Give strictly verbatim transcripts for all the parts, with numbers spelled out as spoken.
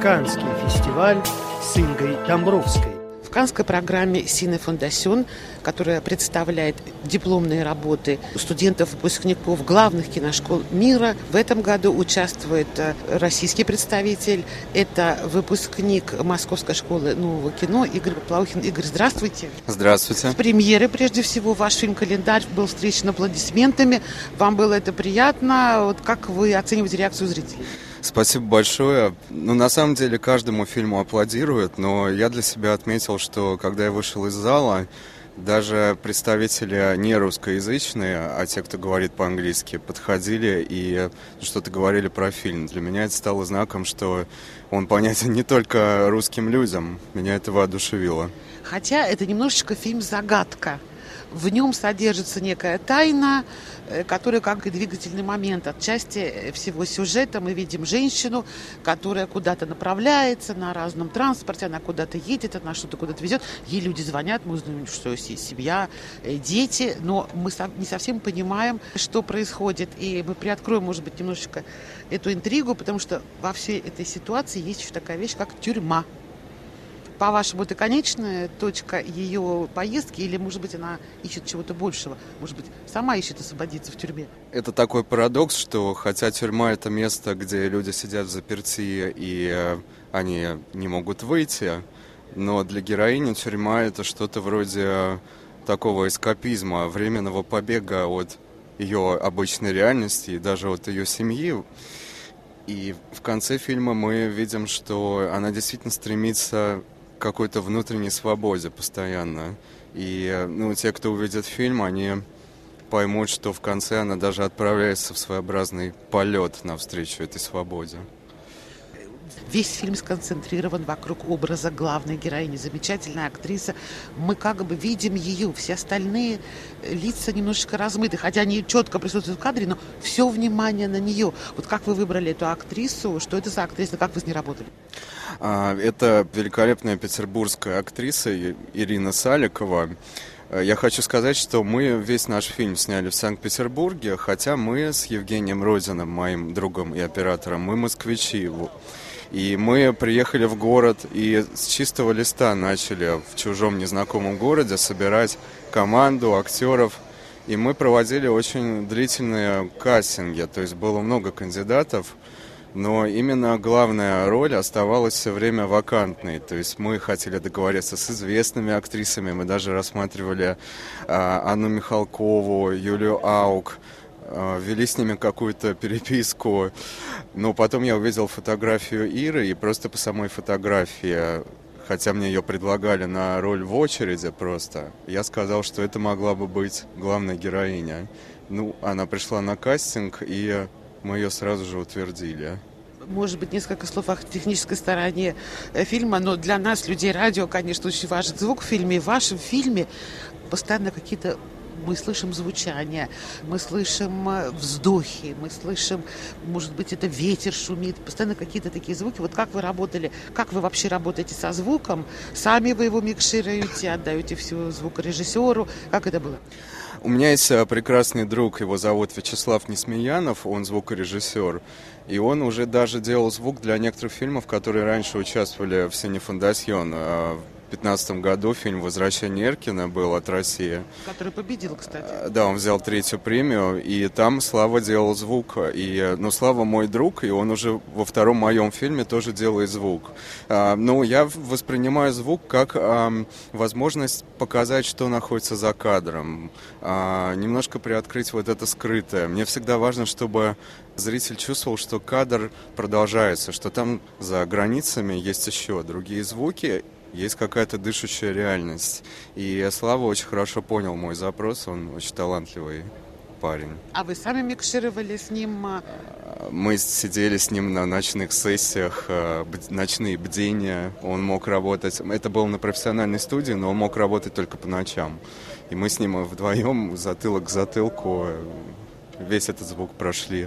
Каннский фестиваль с Ингой Домбровской. В каннской программе «Сине Фондасьон», которая представляет дипломные работы студентов-выпускников главных киношкол мира, в этом году участвует российский представитель. Это выпускник Московской школы нового кино Игорь Поплаухин. Игорь, здравствуйте. Здравствуйте. С премьеры, прежде всего, ваш фильм «Календарь» был встречен аплодисментами. Вам было это приятно? Вот как вы оцениваете реакцию зрителей? Спасибо большое. Ну, на самом деле, каждому фильму аплодируют, но я для себя отметил, что когда я вышел из зала, даже представители не русскоязычные, а те, кто говорит по-английски, подходили и что-то говорили про фильм. Для меня это стало знаком, что он понятен не только русским людям. Меня это воодушевило. Хотя это немножечко фильм-загадка. В нем содержится некая тайна, которая как и двигательный момент. Отчасти всего сюжета мы видим женщину, которая куда-то направляется на разном транспорте, она куда-то едет, она что-то куда-то везет. Ей люди звонят, мы узнаем, что есть семья, дети, но мы не совсем понимаем, что происходит. И мы приоткроем, может быть, немножечко эту интригу, потому что во всей этой ситуации есть еще такая вещь, как тюрьма. По-вашему, это конечная точка ее поездки, или, может быть, она ищет чего-то большего? Может быть, сама ищет освободиться в тюрьме? Это такой парадокс, что хотя тюрьма – это место, где люди сидят взаперти и они не могут выйти, но для героини тюрьма – это что-то вроде такого эскапизма, временного побега от ее обычной реальности и даже от ее семьи. И в конце фильма мы видим, что она действительно стремится какой-то внутренней свободе постоянно. И ну, те, кто увидит фильм, они поймут, что в конце она даже отправляется в своеобразный полет навстречу этой свободе. Весь фильм сконцентрирован вокруг образа главной героини. Замечательная актриса. Мы как бы видим ее. Все остальные лица немножечко размыты. Хотя они четко присутствуют в кадре, но все внимание на нее. Вот как вы выбрали эту актрису? Что это за актриса? Как вы с ней работали? Это великолепная петербургская актриса Ирина Саликова. Я хочу сказать, что мы весь наш фильм сняли в Санкт-Петербурге, хотя мы с Евгением Родиным, моим другом и оператором, мы москвичи. И мы приехали в город и с чистого листа начали в чужом незнакомом городе собирать команду актеров. И мы проводили очень длительные кастинги, то есть было много кандидатов. Но именно главная роль оставалась все время вакантной. То есть мы хотели договориться с известными актрисами. Мы даже рассматривали а, Анну Михалкову, Юлию Аук. А, вели с ними какую-то переписку. Но потом я увидел фотографию Иры. И просто по самой фотографии, хотя мне ее предлагали на роль в очереди просто, я сказал, что это могла бы быть главная героиня. Ну, она пришла на кастинг, и мы ее сразу же утвердили. Может быть, несколько слов о технической стороне фильма, но для нас, людей радио, конечно, очень важен звук в фильме. В вашем фильме постоянно какие-то... Мы слышим звучание, мы слышим вздохи, мы слышим, может быть, это ветер шумит, постоянно какие-то такие звуки. Вот как вы работали, как вы вообще работаете со звуком? Сами вы его микшируете, отдаете все звукорежиссеру? Как это было? У меня есть прекрасный друг, его зовут Вячеслав Несмеянов, он звукорежиссер. И он уже даже делал звук для некоторых фильмов, которые раньше участвовали в «Сине Фондасьон». В две тысячи пятнадцатом году фильм «Возвращение Эркина» был от России. Который победил, кстати. Да, он взял третью премию, и там Слава делал звук. И, ну, Слава мой друг, и он уже во втором моем фильме тоже делает звук. А, ну, я воспринимаю звук как а, возможность показать, что находится за кадром. А, немножко приоткрыть вот это скрытое. Мне всегда важно, чтобы зритель чувствовал, что кадр продолжается, что там за границами есть еще другие звуки, есть какая-то дышащая реальность. И Слава очень хорошо понял мой запрос, он очень талантливый парень. А вы сами микшировали с ним? Мы сидели с ним на ночных сессиях, ночные бдения. Он мог работать, это было на профессиональной студии, но он мог работать только по ночам. И мы с ним вдвоем, затылок к затылку, весь этот звук прошли.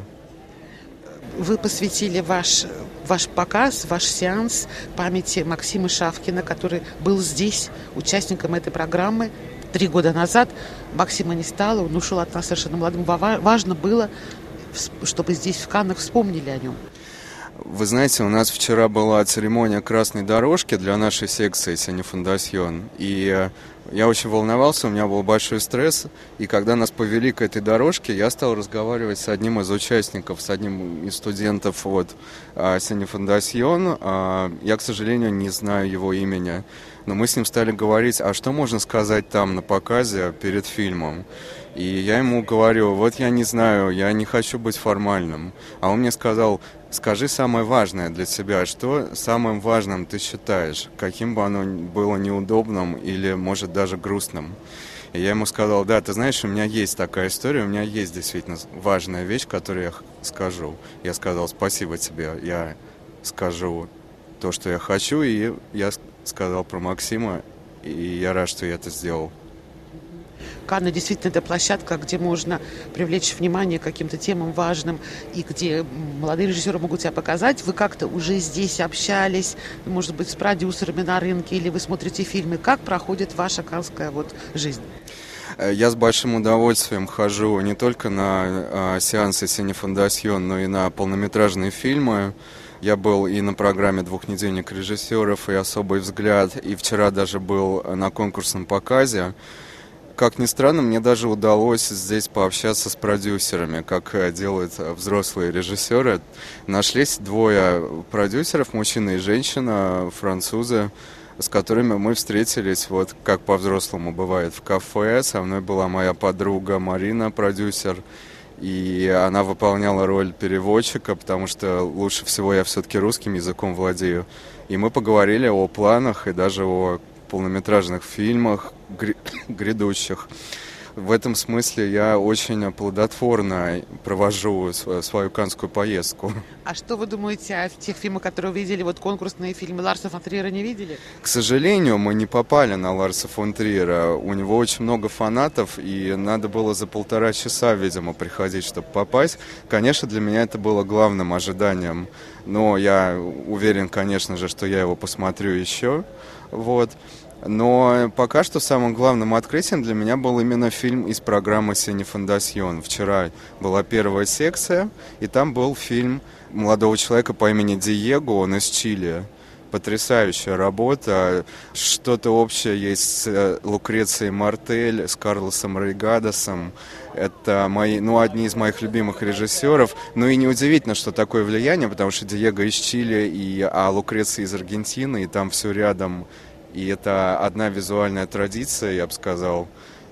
Вы посвятили ваш, ваш показ, ваш сеанс памяти Максима Шавкина, который был здесь участником этой программы три года назад. Максима не стало, он ушел от нас совершенно молодым. Важно было, чтобы здесь в Каннах вспомнили о нем. Вы знаете, у нас вчера была церемония красной дорожки для нашей секции «Синефондасьон», и я очень волновался, у меня был большой стресс, и когда нас повели к этой дорожке, я стал разговаривать с одним из участников, с одним из студентов от «Синефондасьон». Я, к сожалению, не знаю его имени, но мы с ним стали говорить, а что можно сказать там на показе перед фильмом? И я ему говорю, вот я не знаю, я не хочу быть формальным. А он мне сказал, скажи самое важное для тебя, что самым важным ты считаешь, каким бы оно было неудобным или, может, даже грустным. И я ему сказал, да, ты знаешь, у меня есть такая история, у меня есть действительно важная вещь, которую я скажу. Я сказал, спасибо тебе, я скажу то, что я хочу, и я сказал про Максима, и я рад, что я это сделал. Канны действительно это площадка, где можно привлечь внимание к каким-то темам важным, и где молодые режиссеры могут себя показать. Вы как-то уже здесь общались, может быть, с продюсерами на рынке, или вы смотрите фильмы. Как проходит ваша каннская вот жизнь? Я с большим удовольствием хожу не только на а, сеансы «Синефондасьон», но и на полнометражные фильмы. Я был и на программе «Двухнедельник режиссеров», и «Особый взгляд», и вчера даже был на конкурсном показе. Как ни странно, мне даже удалось здесь пообщаться с продюсерами, как делают взрослые режиссеры. Нашлись двое продюсеров, мужчина и женщина, французы, с которыми мы встретились, вот как по-взрослому бывает, в кафе. Со мной была моя подруга Марина, продюсер, и она выполняла роль переводчика, потому что лучше всего я все-таки русским языком владею. И мы поговорили о планах и даже о полнометражных фильмах грядущих. В этом смысле я очень плодотворно провожу свою каннскую поездку. А что вы думаете о тех фильмах, которые вы видели, вот конкурсные фильмы Ларса фон Триера не видели? К сожалению, мы не попали на Ларса фон Триера. У него очень много фанатов, и надо было за полтора часа, видимо, приходить, чтобы попасть. Конечно, для меня это было главным ожиданием, но я уверен, конечно же, что я его посмотрю еще. Вот. Но пока что самым главным открытием для меня был именно фильм из программы «Синефондасьон». Вчера была первая секция, и там был фильм молодого человека по имени Диего, он из Чили. Потрясающая работа. Что-то общее есть с Лукрецией Мартель, с Карлосом Рейгадосом. Это мои, ну, одни из моих любимых режиссеров. Ну и неудивительно, что такое влияние, потому что Диего из Чили, и, а Лукреция из Аргентины, и там все рядом. И это одна визуальная традиция, я бы сказал.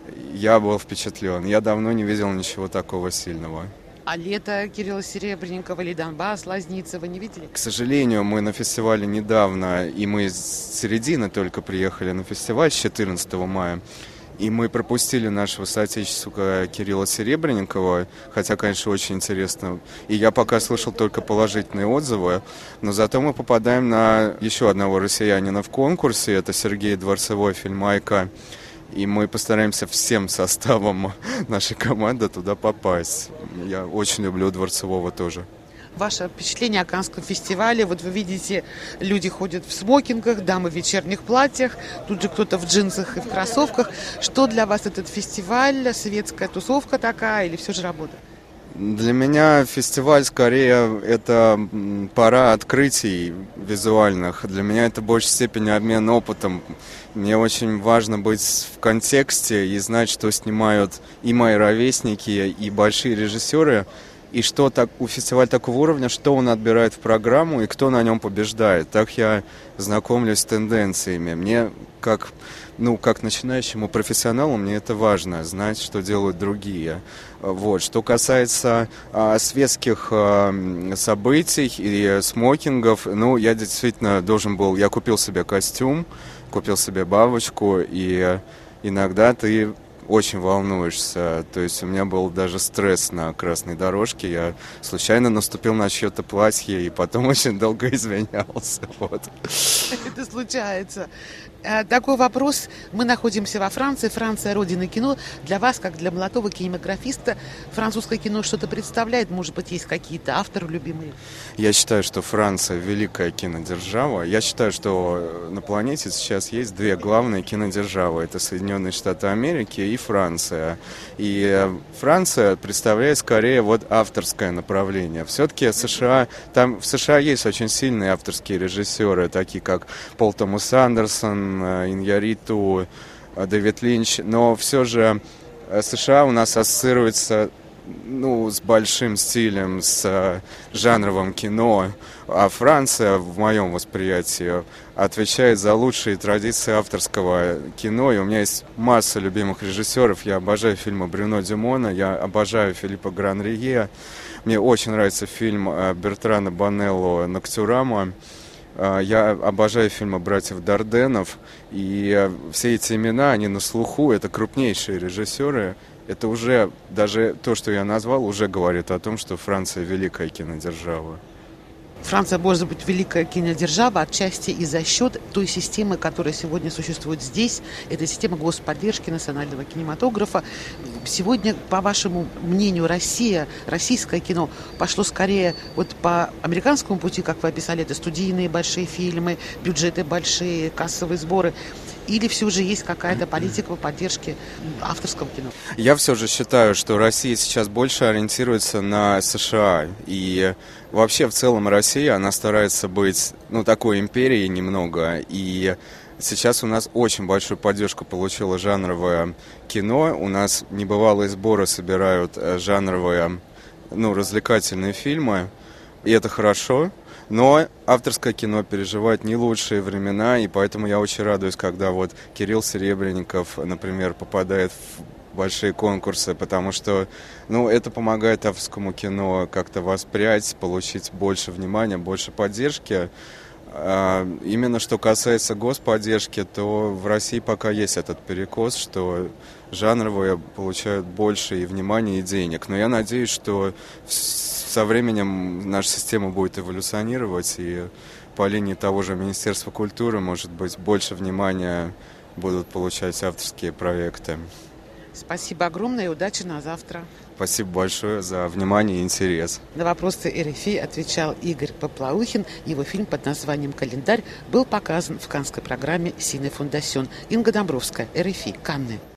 Я был впечатлен. Я давно не видел ничего такого сильного. А «Лето» Кирилла Серебренникова или «Донбасс», «Лазница» вы не видели? К сожалению, мы на фестивале недавно, и мы с середины только приехали на фестиваль, с четырнадцатого мая. И мы пропустили нашего соотечественника Кирилла Серебренникова, хотя, конечно, очень интересно. И я пока слышал только положительные отзывы, но зато мы попадаем на еще одного россиянина в конкурсе, это Сергей Дворцевой, фильмайка. И мы постараемся всем составом нашей команды туда попасть. Я очень люблю Дворцевого тоже. Ваше впечатление о Каннском фестивале? Вот вы видите, люди ходят в смокингах, дамы в вечерних платьях, тут же кто-то в джинсах и в кроссовках. Что для вас этот фестиваль? Светская тусовка такая или все же работа? Для меня фестиваль скорее это пора открытий визуальных. Для меня это в большей степени обмен опытом. Мне очень важно быть в контексте и знать, что снимают и мои ровесники, и большие режиссеры. И что так, у фестиваля такого уровня, что он отбирает в программу и кто на нем побеждает. Так я знакомлюсь с тенденциями. Мне, как, ну, как начинающему профессионалу, мне это важно, знать, что делают другие. Вот. Что касается а, светских а, событий и смокингов, ну, я действительно должен был... Я купил себе костюм, купил себе бабочку, и иногда ты... очень волнуешься. То есть у меня был даже стресс на красной дорожке. Я случайно наступил на чье-то платье и потом очень долго извинялся. Вот. Это случается. Такой вопрос. Мы находимся во Франции. Франция – родина кино. Для вас, как для молодого кинематографиста, французское кино что-то представляет? Может быть, есть какие-то авторы любимые? Я считаю, что Франция – великая кинодержава. Я считаю, что на планете сейчас есть две главные кинодержавы. Это Соединенные Штаты Америки и и Франция. И Франция представляет скорее вот авторское направление. Все-таки США, там в США есть очень сильные авторские режиссеры, такие как Пол Томас Андерсон, Иньярриту, Дэвид Линч, но все же США у нас ассоциируется, ну, с большим стилем, с жанровым кино, а Франция, в моем восприятии, отвечает за лучшие традиции авторского кино, и у меня есть масса любимых режиссеров. Я обожаю фильмы Брюно Дюмона, я обожаю Филиппа Гран-Рие, мне очень нравится фильм Бертрана Бонелло «Ноктюрама», я обожаю фильмы братьев Дарденов, и все эти имена, они на слуху, это крупнейшие режиссеры. Это уже, даже то, что я назвал, уже говорит о том, что Франция великая кинодержава. Франция может быть великая кинодержава отчасти и за счет той системы, которая сегодня существует здесь. Это система господдержки национального кинематографа. Сегодня, по вашему мнению, Россия, российское кино пошло скорее вот по американскому пути, как вы описали, это студийные большие фильмы, бюджеты большие, кассовые сборы. Или все же есть какая-то политика по поддержке авторского кино? Я все же считаю, что Россия сейчас больше ориентируется на США. И вообще в целом Россия, она старается быть, ну, такой империей немного. И сейчас у нас очень большую поддержку получило жанровое кино. У нас небывалые сборы собирают жанровые, ну, развлекательные фильмы. И это хорошо. Но авторское кино переживает не лучшие времена, и поэтому я очень радуюсь, когда вот Кирилл Серебренников, например, попадает в большие конкурсы, потому что, ну, это помогает авторскому кино как-то воспрять, получить больше внимания, больше поддержки. А именно что касается господдержки, то в России пока есть этот перекос, что жанровые получают больше и внимания, и денег. Но я надеюсь, что со временем наша система будет эволюционировать, и по линии того же Министерства культуры, может быть, больше внимания будут получать авторские проекты. Спасибо огромное и удачи на завтра. Спасибо большое за внимание и интерес. На вопросы эр эф и отвечал Игорь Поплаухин. Его фильм под названием «Календарь» был показан в каннской программе «Сине Фондасьон». Инга Домбровская, эр эф и, Канны.